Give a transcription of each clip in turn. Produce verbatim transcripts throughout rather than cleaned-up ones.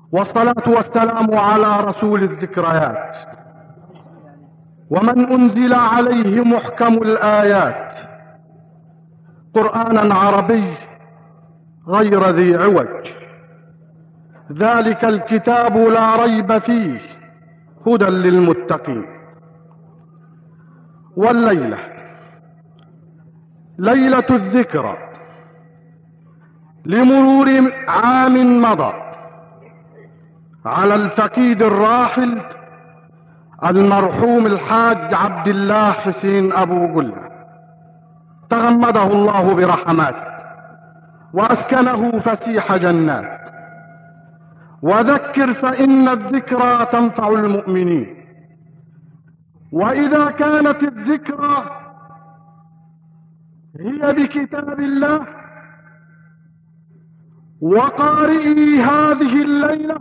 والصلاة والسلام على رسول الذكريات ومن أنزل عليه محكم الآيات قرآنا عربي غير ذي عوج، ذلك الكتاب لا ريب فيه هدى للمتقين. والليلة ليلة الذكرى لمرور عام مضى على الفقيد الراحل المرحوم الحاج عبد الله حسين أبو جلة، تغمده الله برحماته وأسكنه فسيح جنات. وذكر فإن الذكرى تنفع المؤمنين، وإذا كانت الذكرى هي بكتاب الله وقارئي هذه الليلة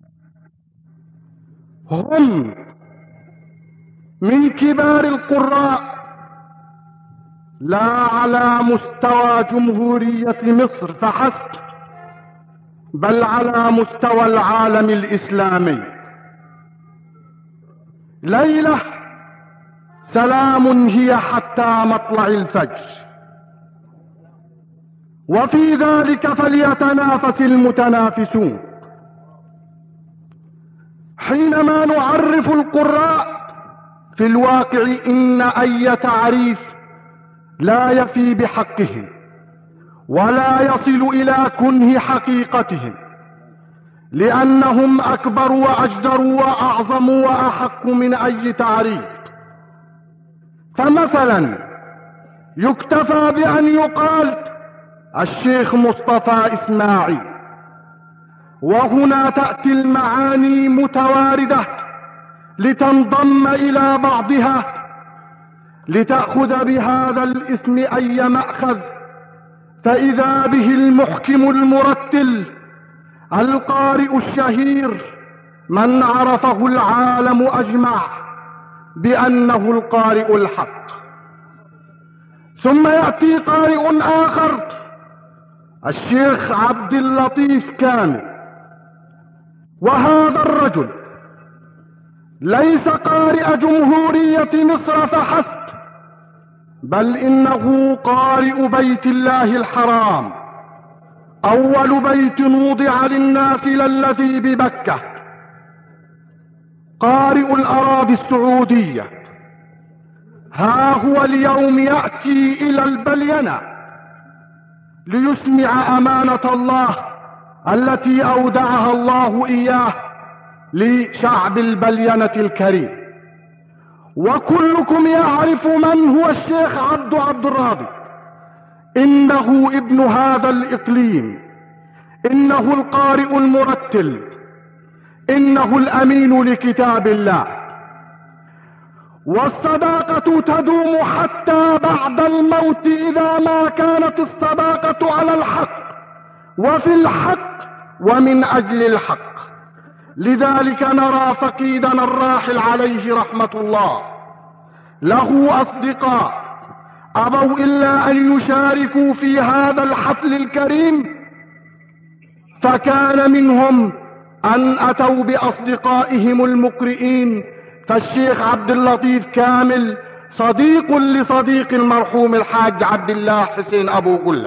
هم من كبار القراء لا على مستوى جمهورية مصر فحسب، بل على مستوى العالم الإسلامي. ليلة سلام هي حتى مطلع الفجر، وفي ذلك فليتنافس المتنافسون. حينما نعرف القراء في الواقع إن أي تعريف لا يفي بحقهم ولا يصل إلى كنه حقيقتهم، لأنهم أكبر وأجدر وأعظم وأحق من أي تعريف. فمثلا يكتفى بأن يقال الشيخ مصطفى إسماعيل، وهنا تأتي المعاني متواردة لتنضم إلى بعضها لتأخذ بهذا الاسم أي مأخذ، فإذا به المحكم المرتل القارئ الشهير من عرفه العالم أجمع بأنه القارئ الحق. ثم يأتي قارئ آخر الشيخ عبد اللطيف كامل، وهذا الرجل ليس قارئ جمهورية مصر فحسب، بل إنه قارئ بيت الله الحرام، أول بيت وضع للناس للذي بمكة، قارئ الأراضي السعودية. ها هو اليوم يأتي إلى البلينة ليسمع أمانة الله التي أودعها الله إياه لشعب البلينة الكريم. وكلكم يعرف من هو الشيخ عبد عبد الراضي، إنه ابن هذا الإقليم، إنه القارئ المرتل، إنه الأمين لكتاب الله. والصداقة تدوم حتى بعد الموت إذا ما كانت الصداقة على الحق وفي الحق ومن أجل الحق. لذلك نرى فقيدنا الراحل عليه رحمة الله له أصدقاء أبوا إلا أن يشاركوا في هذا الحفل الكريم، فكان منهم أن أتوا بأصدقائهم المقرئين، فالشيخ عبد اللطيف كامل صديق لصديق المرحوم الحاج عبد الله حسين أبو جلة.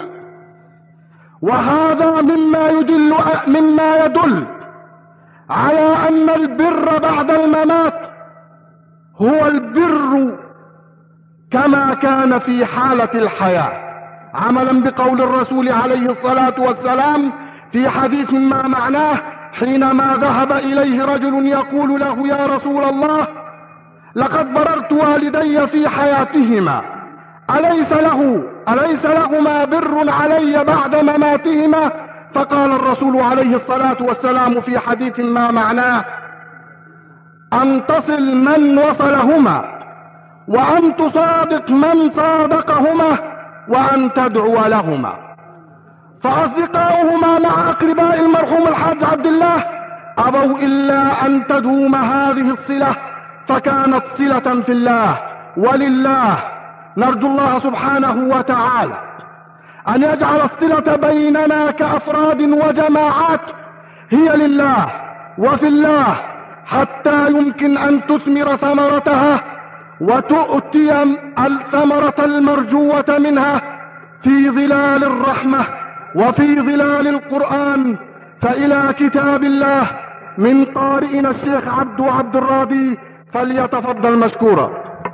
وهذا مما يدل مما يدل على أن البر بعد الممات هو البر كما كان في حالة الحياة، عملا بقول الرسول عليه الصلاة والسلام في حديث ما معناه حينما ذهب إليه رجل يقول له: يا رسول الله، لقد بررت والدي في حياتهما، أليس له أليس لهما بر علي بعد مماتهما؟ فقال الرسول عليه الصلاة والسلام في حديث ما معناه: أن تصل من وصلهما، وأن تصادق من صادقهما، وأن تدعو لهما. فأصدقاؤهما مع أقرباء المرحوم الحاج عبد الله أبوا إلا أن تدوم هذه الصلة، فكانت صلة في الله ولله. نرجو الله سبحانه وتعالى أن يجعل الصلة بيننا كأفراد وجماعات هي لله، وفي الله حتى يمكن أن تثمر ثمرتها وتؤتي الثمرة المرجوة منها في ظلال الرحمة وفي ظلال القرآن. فإلى كتاب الله من قارئنا الشيخ عبد عبد الراضي، فليتفضل مشكورا.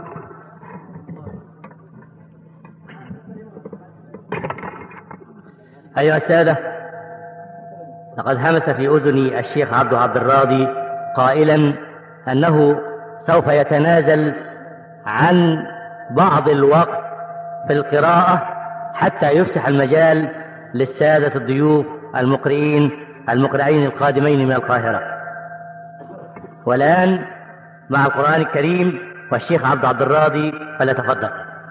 أيها السادة، لقد همس في أذني الشيخ عبد عبد الراضي قائلا أنه سوف يتنازل عن بعض الوقت في القراءة حتى يفسح المجال للسادة الضيوف المقرئين المقرئين القادمين من القاهرة. والآن مع القرآن الكريم والشيخ عبد عبد الراضي، فليتفضل.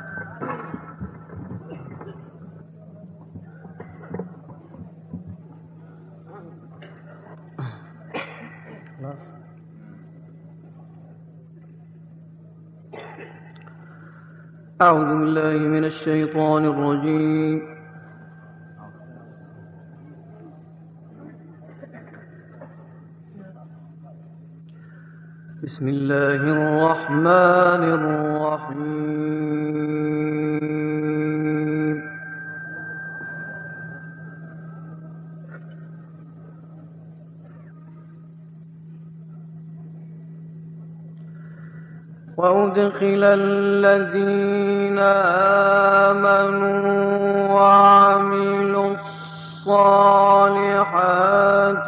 أعوذ بالله من الشيطان الرجيم. بسم الله الرحمن الرحيم. وأدخل الذين آمنوا وعملوا الصالحات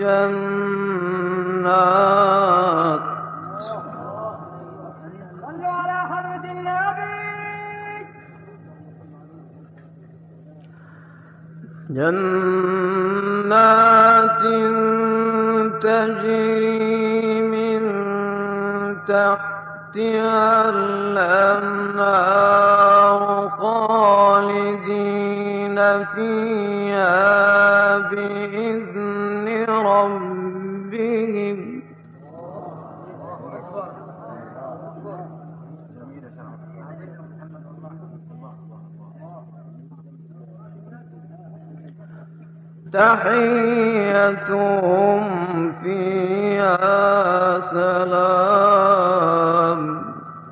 جنات صلوا على حضرة النبي جنات تجري من تحت الأنهار خالدين فيها بإذن ربهم تحيتهم فيها سلام.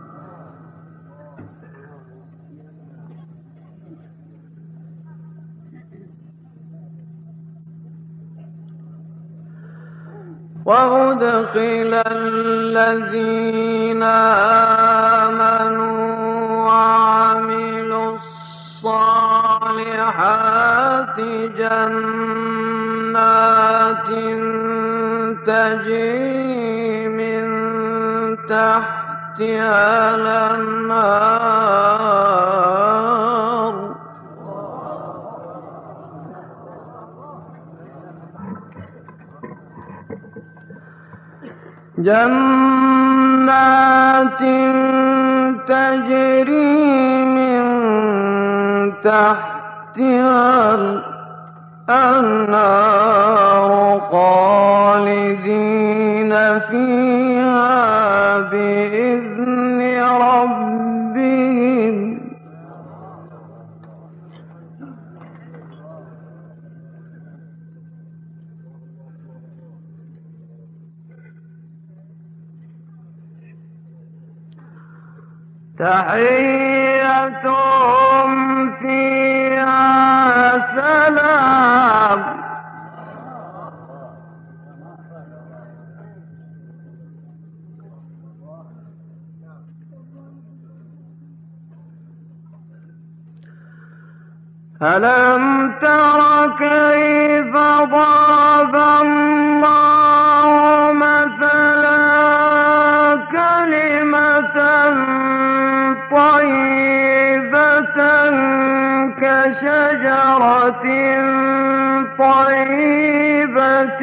وأدخل الذين آمنوا وعملوا الصالحات جنات تجري من تحتها الأنهار جنات تجري من تحتها الأنهار خالدين فيها بإذن ربهم تحيتهم فيها سلام. ألم تر كيف ضرب الله مثلا كلمة طيبة كشجرة طيبة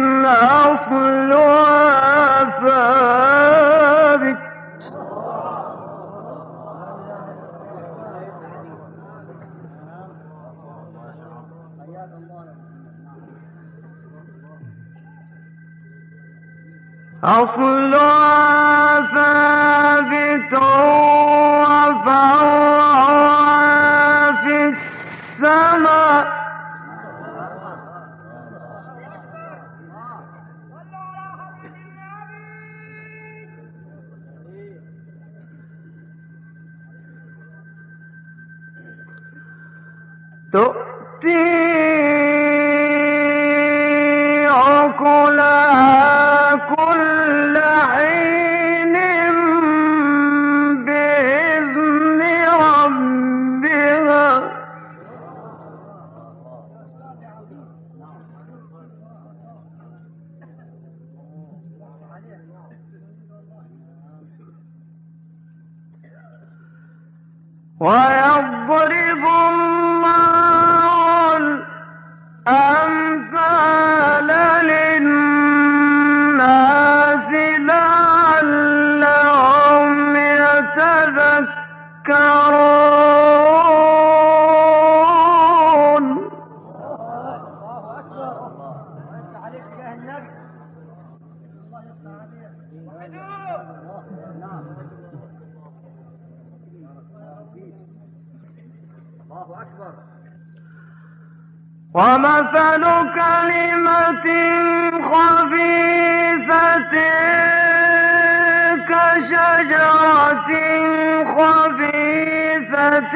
أصلها ثابت أصلها ثابت وفرعها في السماء تؤتي أكلها كل حين بإذن ربها ويضرب الله الأمثال للناس لعلهم يتذكرون. ومثل كلمة خبيثة كشجرة خبيثة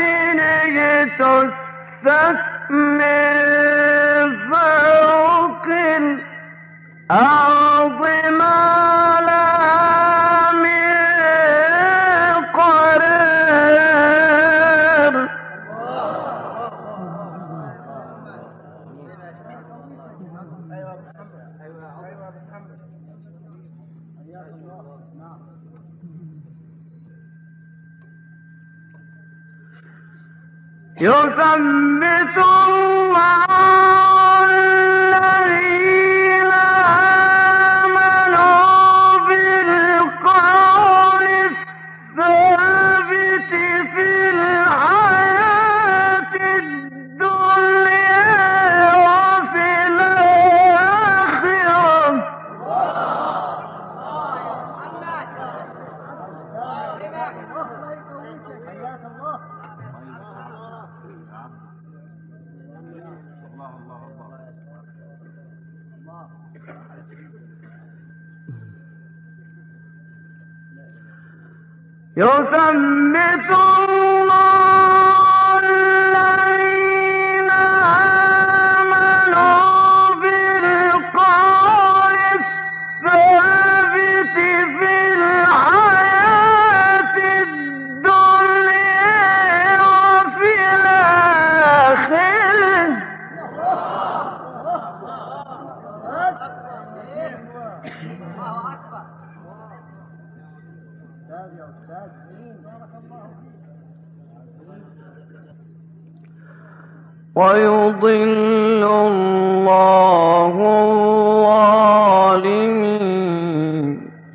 اجتثت من فوق الأرض ما لها من قرار. يثبت الله الذين آمنوا بالقول الثابت في الحياة الدنيا وفي الآخرة. يثبت الله الذين آمنوا بالقول الثابت في الحياة الدنيا وفي الآخرة. ويضل الله الظالمين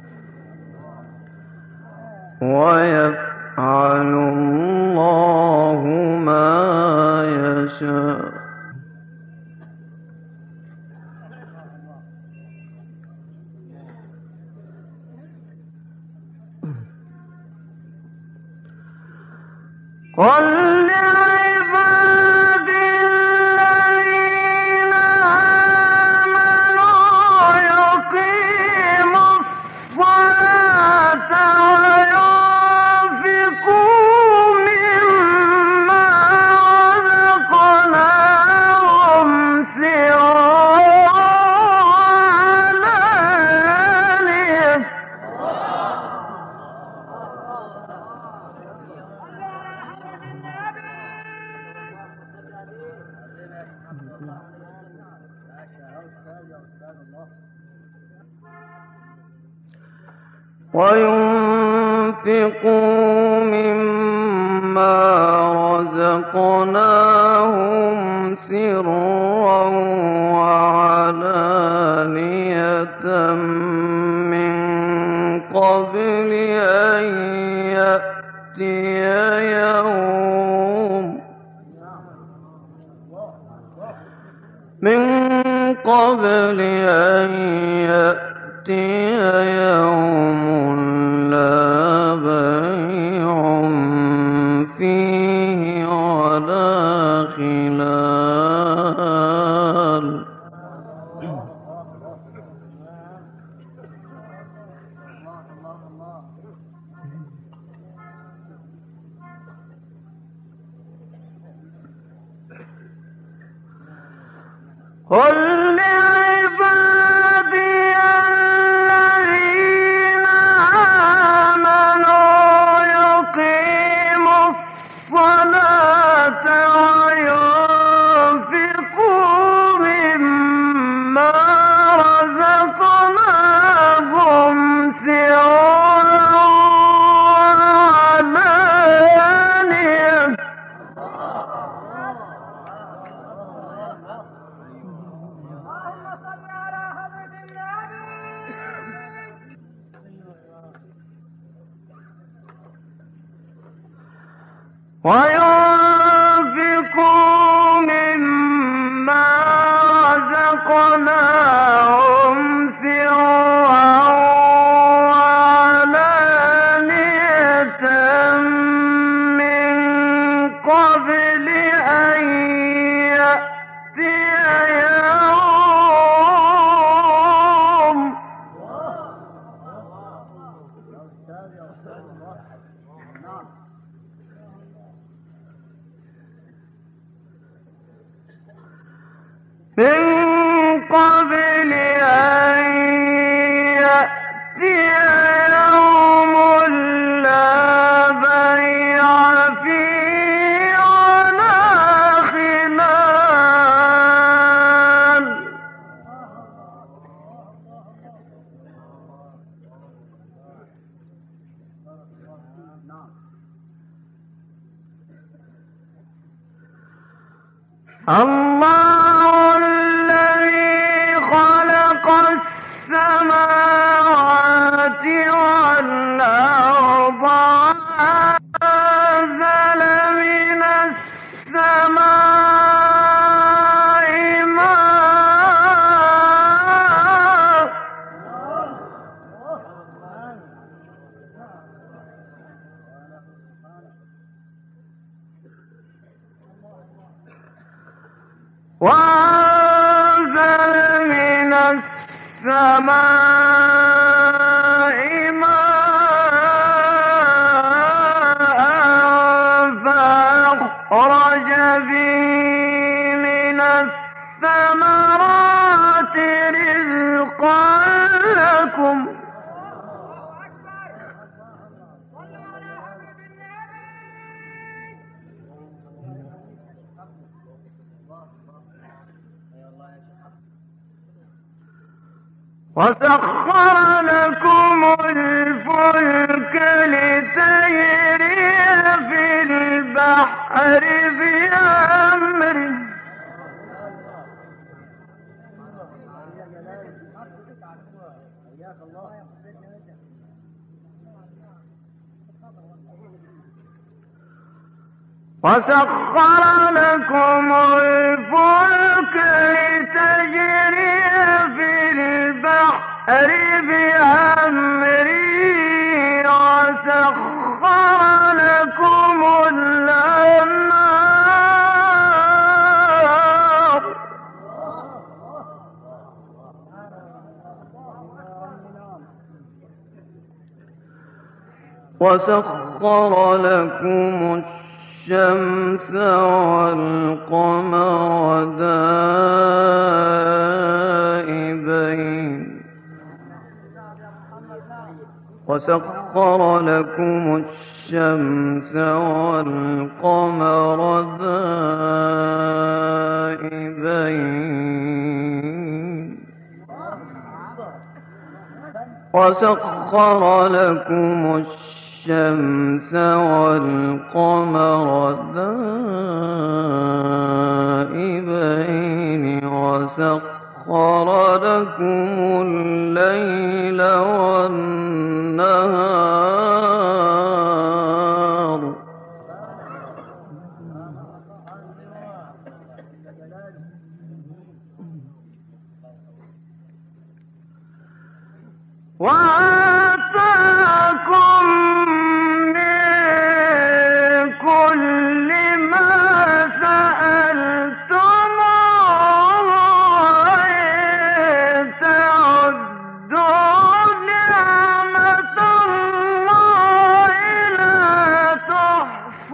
ويفعل الله ما يشاء. قل لعبادي الذين آمنوا يقيموا الصلاة وينفقوا مما رزقناهم سرا وعلانية. وينفقوا مما رزقناهم سرا وعلانية من قبل أن يأتي يوم من قبل أن يأتي يوم لا بيع فيه ولا خلال. قل لعبادي الذين آمنوا يقيموا الصلاة وينفقوا مما رزقناهم سرا وعلانية وينفقوا مما رزقناهم سرا وعلانية من قبل أن يأتي يوم من قبل أن يأتي يوم لا بيع فيه ولا خلال الله الذي خلق السماوات والأرض وأنزل من السماء ماء وأنزل من السماء ماء فأخرج به من الثمرات رزقا لكم وسخر لكم الفلك لتجري في البحر بأمره وسخر لكم الفلك لتجري في البحر بأمره وسخر لكم الأنهار وسخر لكم الشمس والقمر دائبين وسخر لكم الشمس والقمر دائبين وسخر لكم الشمس والقمر دائبين وسخر لكم الليل والنهار وآتاكم من كل ما سألتموه وإن تعدوا نعمة الله لا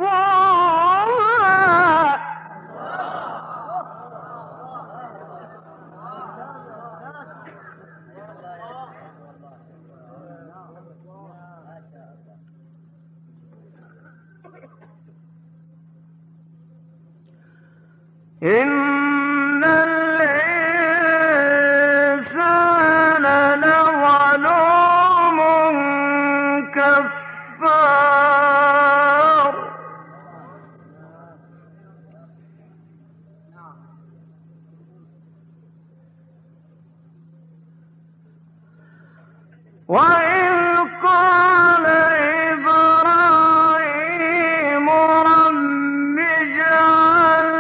تحصوها إن الإنسان لظلوم كفار وإذ قال إبراهيم رب اجعل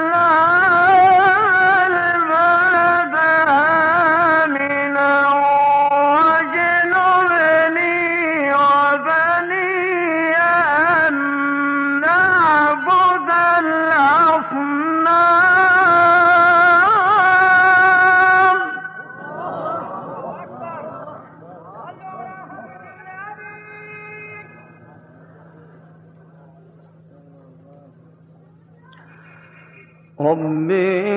هذا البلد آمنا واجنبني وبني أن نعبد الأصنام رب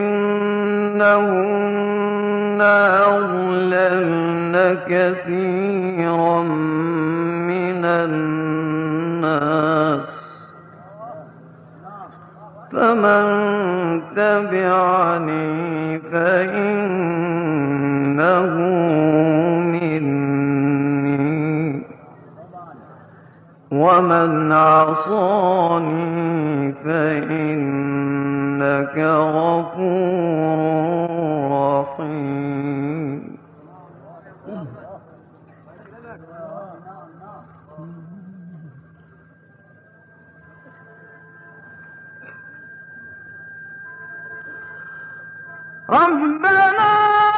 إنهن أضللن كثيرا من الناس فمن تبعني فإنه مني ومن عصاني فإنك غفور رحيم ربنا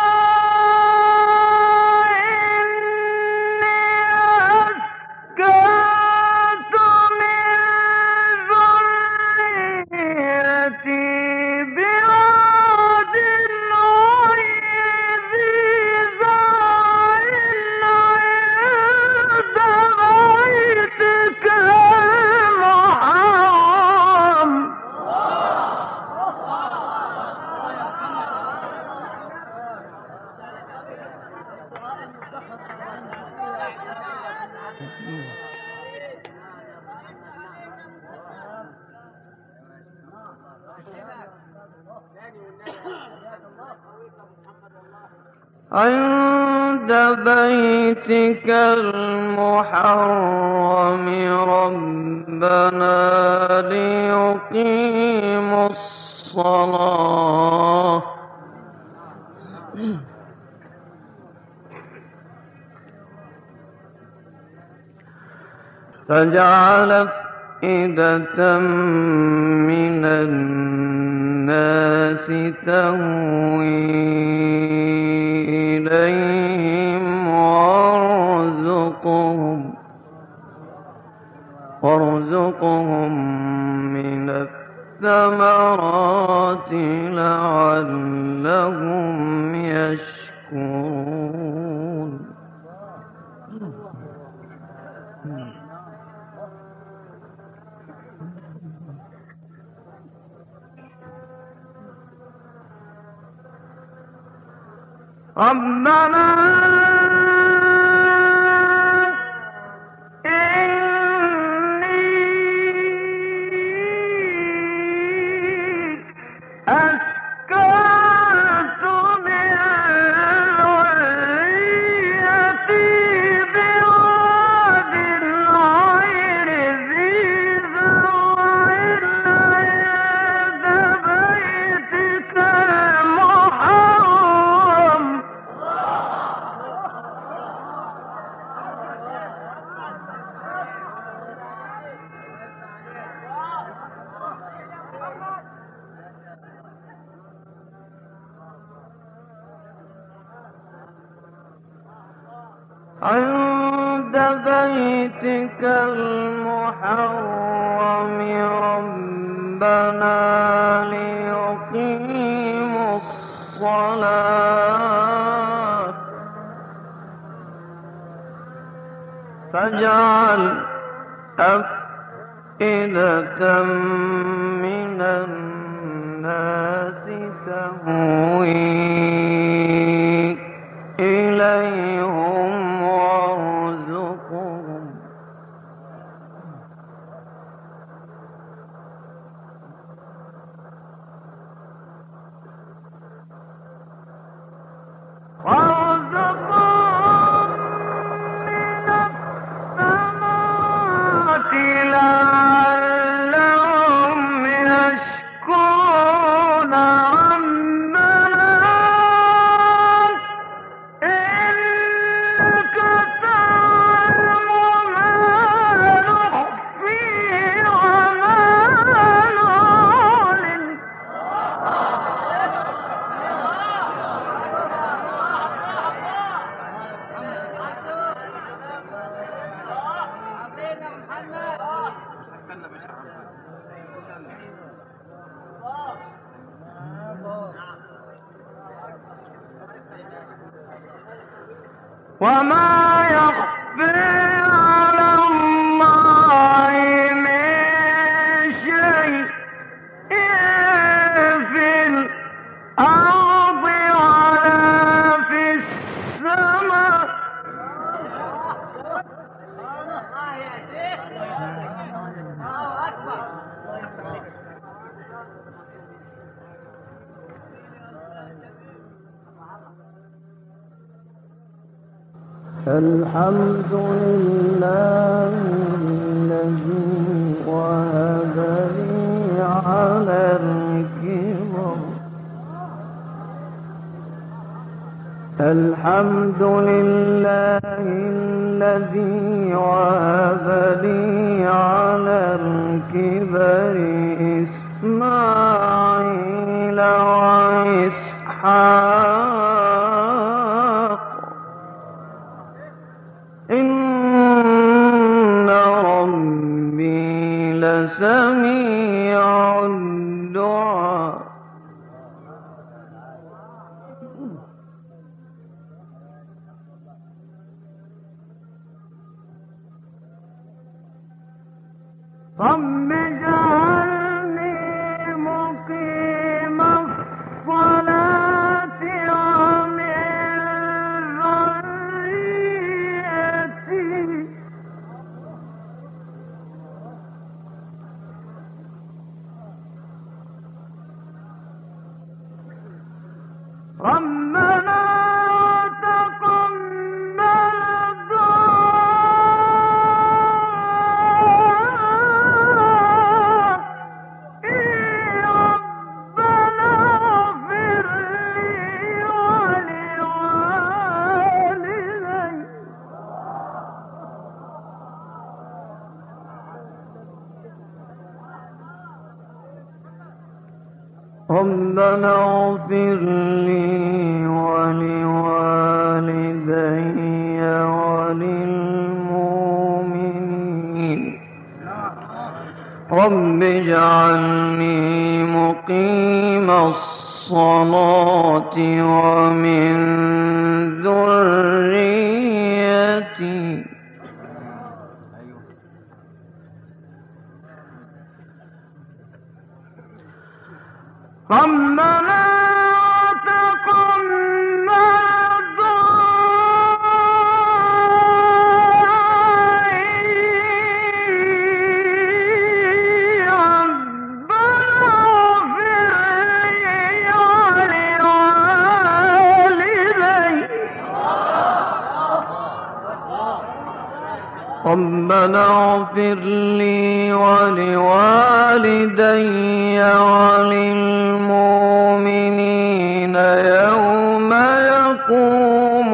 عند بيتك المحرم ربنا ليقيموا الصلاة فاجعل أفئدة من الناس تهوي إليهم وارزقهم وارزقهم من الثمرات لعلهم يشكرون ربنا إني أسكنت من ذريتي بواد غير ذي زرع عند بيتك المحرم عند بيتك المحرم ربنا ليقيموا الصلاة فاجعل أفئدة من الناس تهوي إليهم وارزقهم وما يخفي على الله من شيء في الأرض ولا في السماء. الحمد لله الذي وهب لي على الكبر الحمد لله الذي وهب لي على الكبر إسماعيل وإسحاق إن ربي لسميع الدعاء. رب اجعلني مقيم الصلاة ومن ذريتي ربنا تقبل دعاء ربنا اغفر لي ولوالدي ربنا اغفر لي ولوالدي وللمؤمنين رب اجعلني مقيم الصلاة ومن ذريتي ربنا تقبل دعائي ربنا اغفر لي ولوالدي ربنا اغفر لي ولوالدي وللمؤمنين يوم يقوم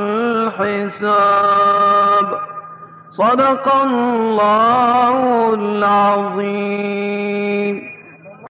الحساب. صدق الله العظيم.